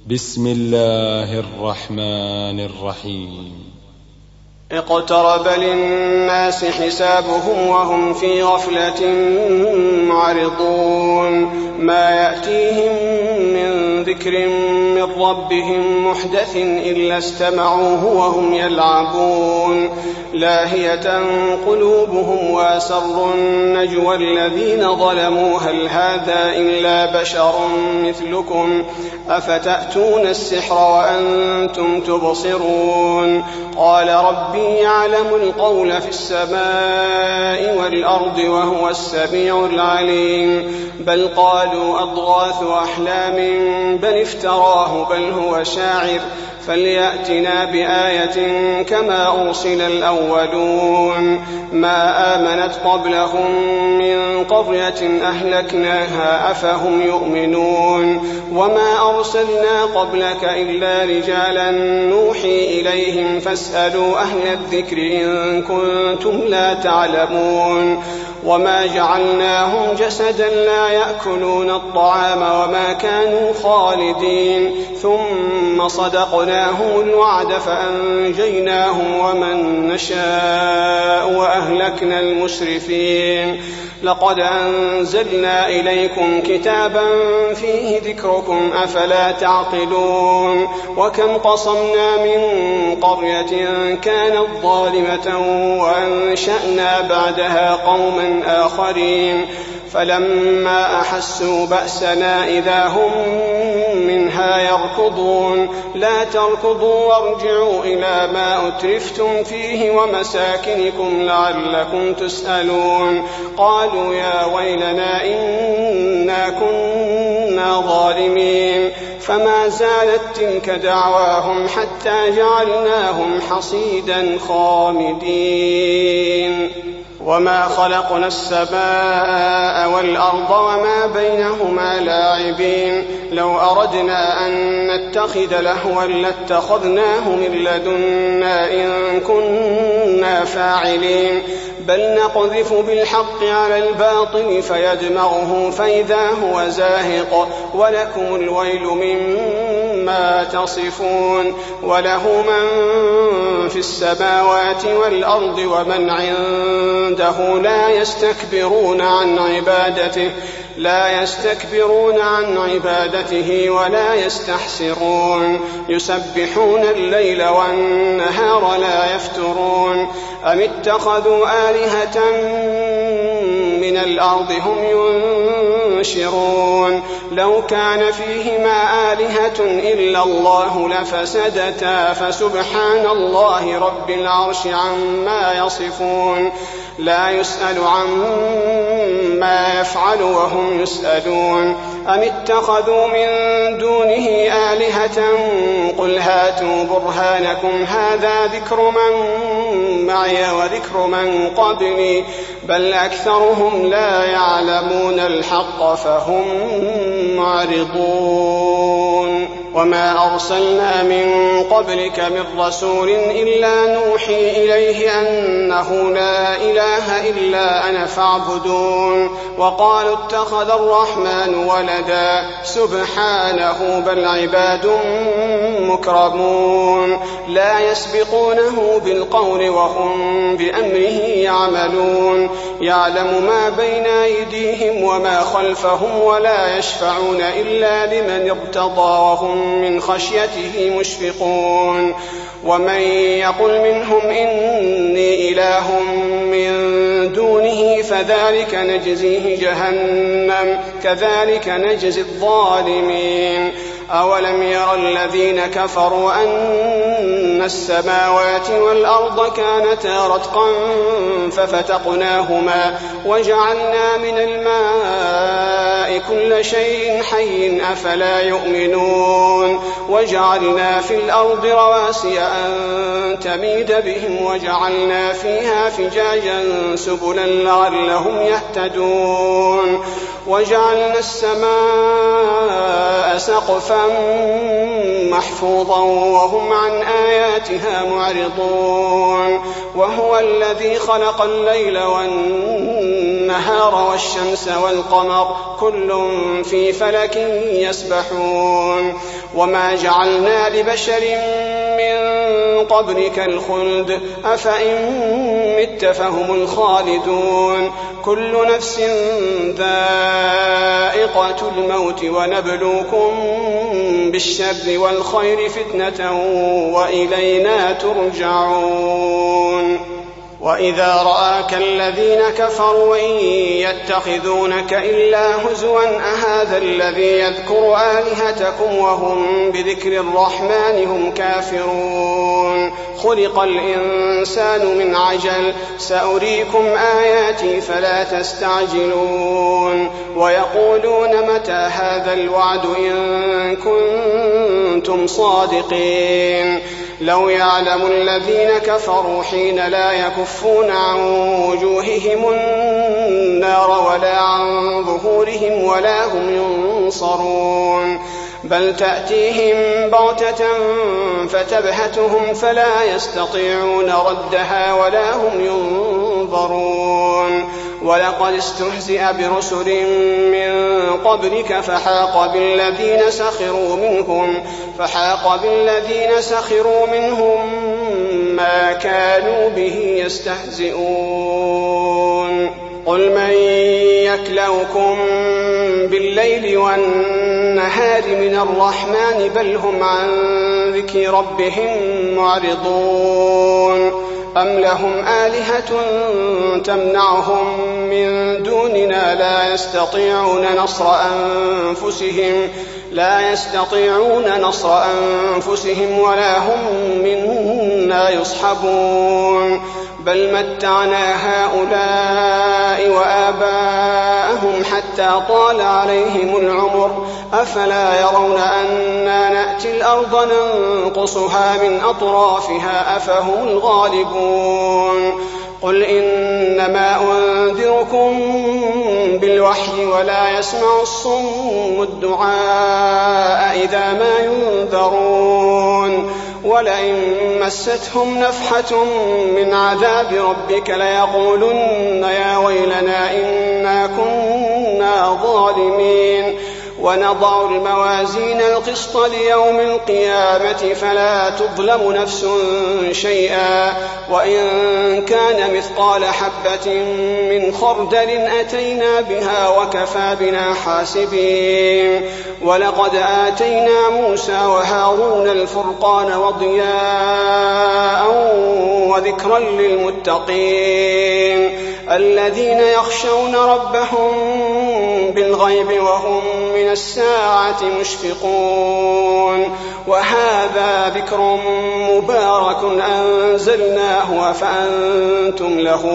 بسم الله الرحمن الرحيم. اقترب للناس حسابهم وهم في غفلة معرضون ما يأتيهم من ذكر من ربهم محدث إلا استمعوه وهم يلعبون لاهية قلوبهم وأسروا النجوى الذين ظلموا هل هذا إلا بشر مثلكم أفتأتون السحر وأنتم تبصرون قال ربي يعلم القول في السماء والأرض وهو السميع العليم بل قالوا أضغاث أحلام بل افتراه بل هو شاعر فليأتنا بآية كما أرسل الأولون ما آمنت قبلهم من قرية أهلكناها أفهم يؤمنون وما أرسلنا قبلك إلا رجالا نوحي إليهم فاسألوا أهل الذكر إن كنتم لا تعلمون وما جعلناهم جسدا لا يأكلون الطعام وما كانوا خالدين ثم صدقناهم الوعد فأنجيناهم ومن نشاء وأهلكنا المسرفين لقد أنزلنا إليكم كتابا فيه ذكركم أفلا تعقلون وكم قصمنا من قرية كانت ظالمة وأنشأنا بعدها قوما آخرين فلما أحسوا بأسنا إذا هم منها يركضون لا تركضوا وارجعوا إلى ما أترفتم فيه ومساكنكم لعلكم تسألون قالوا يا ويلنا إنا كنا ظالمين فما زالت تلك دعواهم حتى جعلناهم حصيدا خامدين وما خلقنا السماء والأرض وما بينهما لاعبين لو أردنا أن نتخذ لهوا لاتخذناه من لدنا إن كنا فاعلين بل نقذف بالحق على الباطل فيدمغه فإذا هو زاهق ولكم الويل مما تصفون وله من في السماوات والأرض ومن عنده لا يستكبرون عن عبادته ولا يستحسرون يسبحون الليل والنهار لا يفترون أم اتخذوا آلهة من الأرض هم ينشرون لو كان فيهما آلهة إلا الله لفسدتا فسبحان الله رب العرش عما يصفون لا يسأل عما يفعل وهم يسألون أم اتخذوا من دونه آلهة قل هاتوا برهانكم هذا ذكر من معي وذكر من قبلي بل أكثرهم لا يعلمون الحق فهم معرضون وما أرسلنا من قبلك من رسول إلا نوحي إليه أنه لا إله إلا أنا فاعبدون وقالوا اتخذ الرحمن ولدا سبحانه بل عباد مكرمون لا يسبقونه بالقول وهم بأمره يعملون يعلم ما بين أيديهم وما خلفهم ولا يشفعون إلا لمن ارتضى وهم من خشيته مشفقون ومن يقل منهم إني إله من دونه فذلك نجزيه جهنم كذلك نجزي الظالمين أولم ير الذين كفروا أن السماوات والأرض كانتا رتقا ففتقناهما وجعلنا من الماء كل شيء حي أفلا يؤمنون وجعلنا في الأرض رواسي أن تميد بهم وجعلنا فيها فجاجا سبلا لعلهم يهتدون وجعلنا السماء سقفا محفوظا وهم عن آياتها معرضون وهو الذي خلق الليل والنهار والنهار والشمس والقمر كل في فلك يسبحون وما جعلنا لبشر من قبلك الخلد أفإن مت فهم الخالدون كل نفس ذائقة الموت ونبلوكم بالشر والخير فتنة وإلينا ترجعون وإذا رآك الذين كفروا إن يتخذونك إلا هزوا أهذا الذي يذكر آلهتكم وهم بذكر الرحمن هم كافرون خلق الإنسان من عجل سأريكم آياتي فلا تستعجلون ويقولون متى هذا الوعد إن كنتم صادقين لو يعلم الذين كفروا حين لا يكفون عن وجوههم النار ولا عن ظهورهم ولا هم ينصرون بل تأتيهم بغتة فتبهتهم فلا يستطيعون ردها ولا هم ينظرون ولقد استهزئ برسل من قبلك فحاق بالذين سخروا منهم ما كانوا به يستهزئون قل من يكلؤكم بالليل والنهار من الرحمن بل هم عن ذكر ربهم معرضون أم لهم آلهة تمنعهم من دوننا لا يستطيعون نصر أنفسهم ولا هم منا يصحبون بل متعنا هؤلاء وآباءهم حتى طال عليهم العمر أفلا يرون أنا نأتي الأرض ننقصها من أطرافها أفهم الغالبون قل إنما أنذركم بالوحي ولا يسمع الصم الدعاء إذا ما ينذرون ولئن مستهم نفحة من عذاب ربك ليقولن يا ويلنا إنا كنا ظالمين ونضع الموازين القسط ليوم القيامة فلا تظلم نفس شيئا وإن كان مثقال حبة من خردل أتينا بها وكفى بنا حاسبين ولقد آتينا موسى وهارون الفرقان وضياء وذكرا للمتقين الذين يخشون ربهم بالغيب وهم من الساعة مشفقون وهذا ذكر مبارك أنزلناه فأنتم له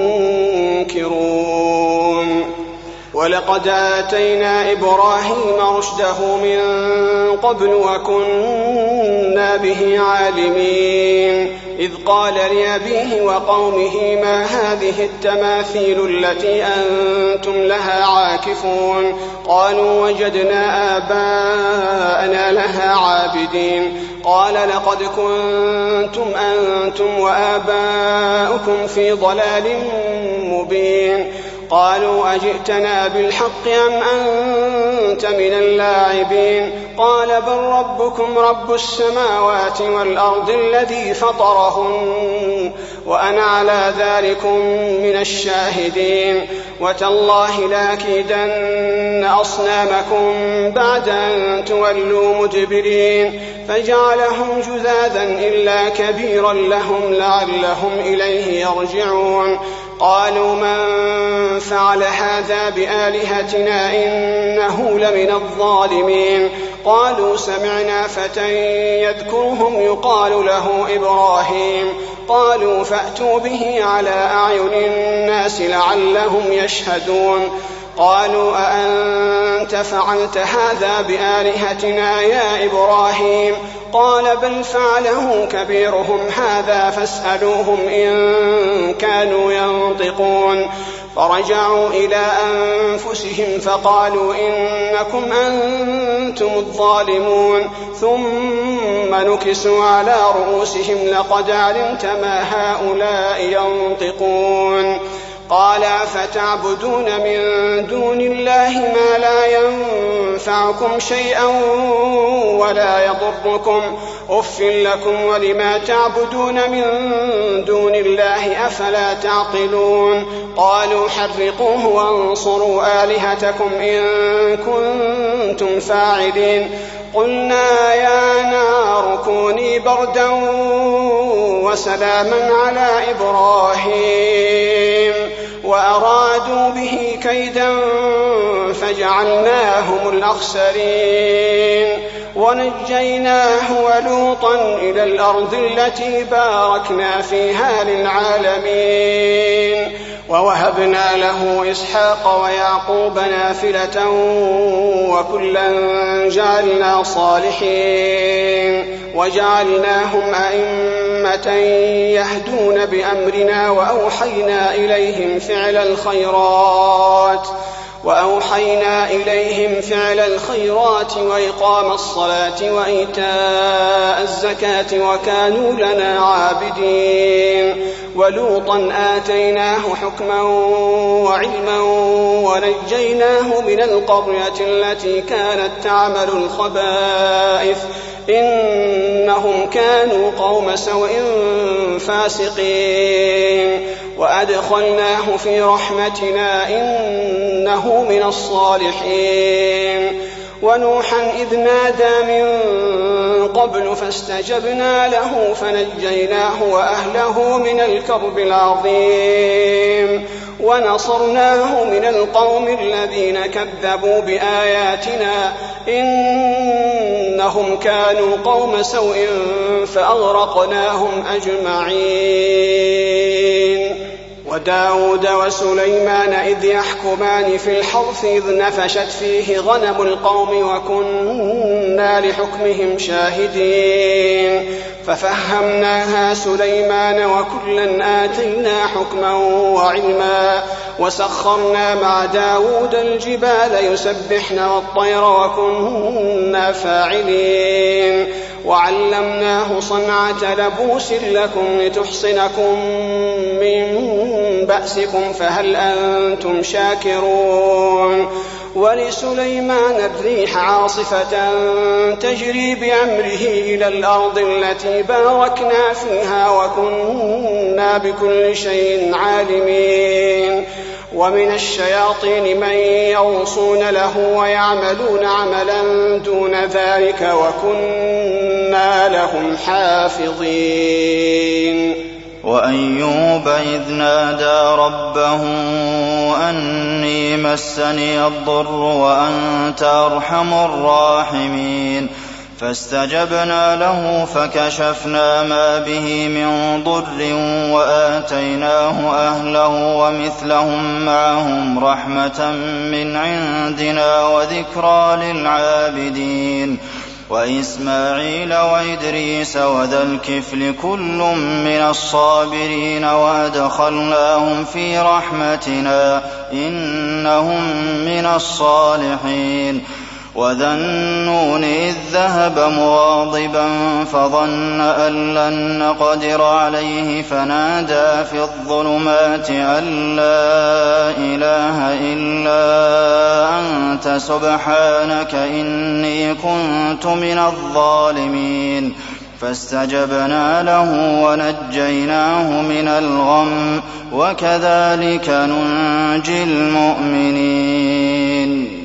منكرون ولقد آتينا إبراهيم رشده من قبل وكنا به عالمين إذ قال لأبيه وقومه ما هذه التماثيل التي أنتم لها عاكفون قالوا وجدنا آباءنا لها عابدين قال لقد كنتم أنتم وآباؤكم في ضلال مبين قالوا أجئتنا بالحق أم أنت من اللاعبين قال بل ربكم رب السماوات والأرض الذي فطرهن وأنا على ذلكم من الشاهدين وتالله لأكيدن أصنامكم بعد أن تولوا مدبرين فجعلهم جذاذا إلا كبيرا لهم لعلهم إليه يرجعون قالوا من فعل هذا بآلهتنا إنه لمن الظالمين قالوا سمعنا فتى يذكرهم يقال له إبراهيم قالوا فأتوا به على أعين الناس لعلهم يشهدون قالوا أأنت فعلت هذا بآلهتنا يا إبراهيم قال بل فعله كبيرهم هذا فاسألوهم إن كانوا ينطقون فرجعوا إلى أنفسهم فقالوا إنكم أنتم الظالمون ثم نكسوا على رؤوسهم لقد علمت ما هؤلاء ينطقون قال أفتعبدون من دون الله ما لا ينفعكم شيئا ولا يضركم أف لكم ولما تعبدون من دون الله أفلا تعقلون قالوا حرقوه وانصروا آلهتكم إن كنتم فاعلين قلنا يا نار كوني بردا وسلاما على إبراهيم وأرادوا به كيدا فجعلناهم الأخسرين ونجيناه ولوطا إلى الأرض التي باركنا فيها للعالمين ووهبنا له إسحاق ويعقوب نافلة وكلا جعلنا صالحين وجعلناهم أئمة يهدون بأمرنا وأوحينا إليهم فعل الخيرات وإقام الصلاة وإيتاء الزكاة وكانوا لنا عابدين ولوطا آتيناه حكما وعلما ونجيناه من القرية التي كانت تعمل الخبائث إنهم كانوا قوم سوء فاسقين وأدخلناه في رحمتنا إنه من الصالحين ونوحا إذ نادى من قبل فاستجبنا له فنجيناه وأهله من الكرب العظيم ونصرناه من القوم الذين كذبوا بآياتنا إنهم كانوا قوم سوء فأغرقناهم أجمعين وداود وسليمان إذ يحكمان في الحرث إذ نفشت فيه غنم القوم وكنا لحكمهم شاهدين ففهمناها سليمان وكلا آتينا حكما وعلما وسخرنا مع داود الجبال يسبحن والطير وكنا فاعلين وعلمناه صنعة لبوس لكم لتحصنكم من بأسكم فهل أنتم شاكرون ولسليمان الريح عاصفة تجري بأمره إلى الأرض التي باركنا فيها وكنا بكل شيء عالمين ومن الشياطين من يغوصون له ويعملون عملا دون ذلك وكنا لهم حافظين وأيوب إذ نادى ربه أني مسني الضر وأنت أرحم الراحمين فاستجبنا له فكشفنا ما به من ضر وآتيناه أهله ومثلهم معهم رحمة من عندنا وذكرى للعابدين وإسماعيل وإدريس وذا الكفل كل من الصابرين وأدخلناهم في رحمتنا إنهم من الصالحين وذا النون إذ ذهب مغاضبا فظن أن لن نقدر عليه فنادى في الظلمات أن لا إله إلا أنت سبحانك إني كنت من الظالمين فاستجبنا له ونجيناه من الغم وكذلك ننجي المؤمنين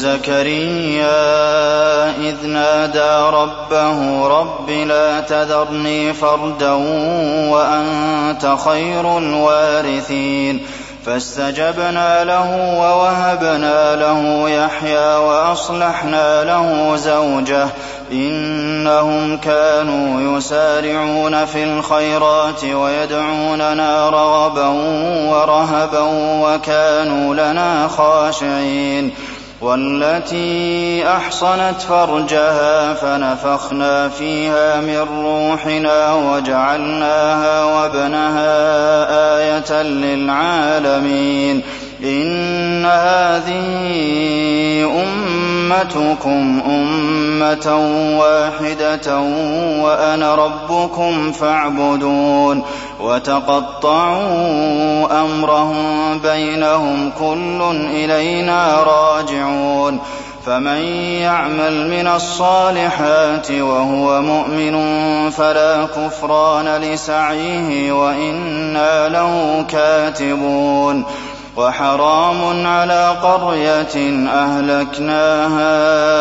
وزكريا إذ نادى ربه رب لا تذرني فردا وأنت خير الوارثين فاستجبنا له ووهبنا له يحيى وأصلحنا له زوجه إنهم كانوا يسارعون في الخيرات ويدعوننا رغبا ورهبا وكانوا لنا خاشعين والتي أحصنت فرجها فنفخنا فيها من روحنا وجعلناها وابنها آية للعالمين إن هذه أمتكم أمة واحدة وأنا ربكم فاعبدون وتقطعوا أمرهم بينهم كل إلينا راجعون فمن يعمل من الصالحات وهو مؤمن فلا كفران لسعيه وإنا له كاتبون وحرام على قرية أهلكناها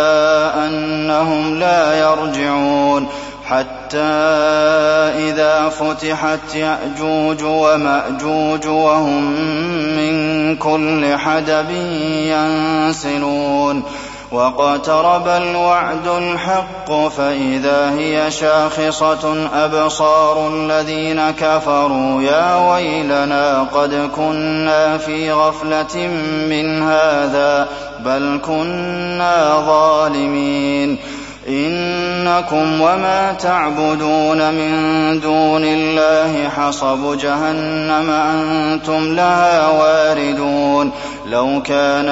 أنهم لا يرجعون حتى إذا فتحت يأجوج ومأجوج وهم من كل حدب ينسلون واقترب الوعد الحق فإذا هي شاخصة أبصار الذين كفروا يا ويلنا قد كنا في غفلة من هذا بل كنا ظالمين إنكم وما تعبدون من دون الله حصب جهنم أنتم لها واردون لو كان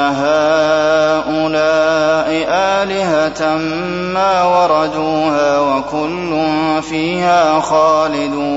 هؤلاء آلهة ما وردوها وكل فيها خالدون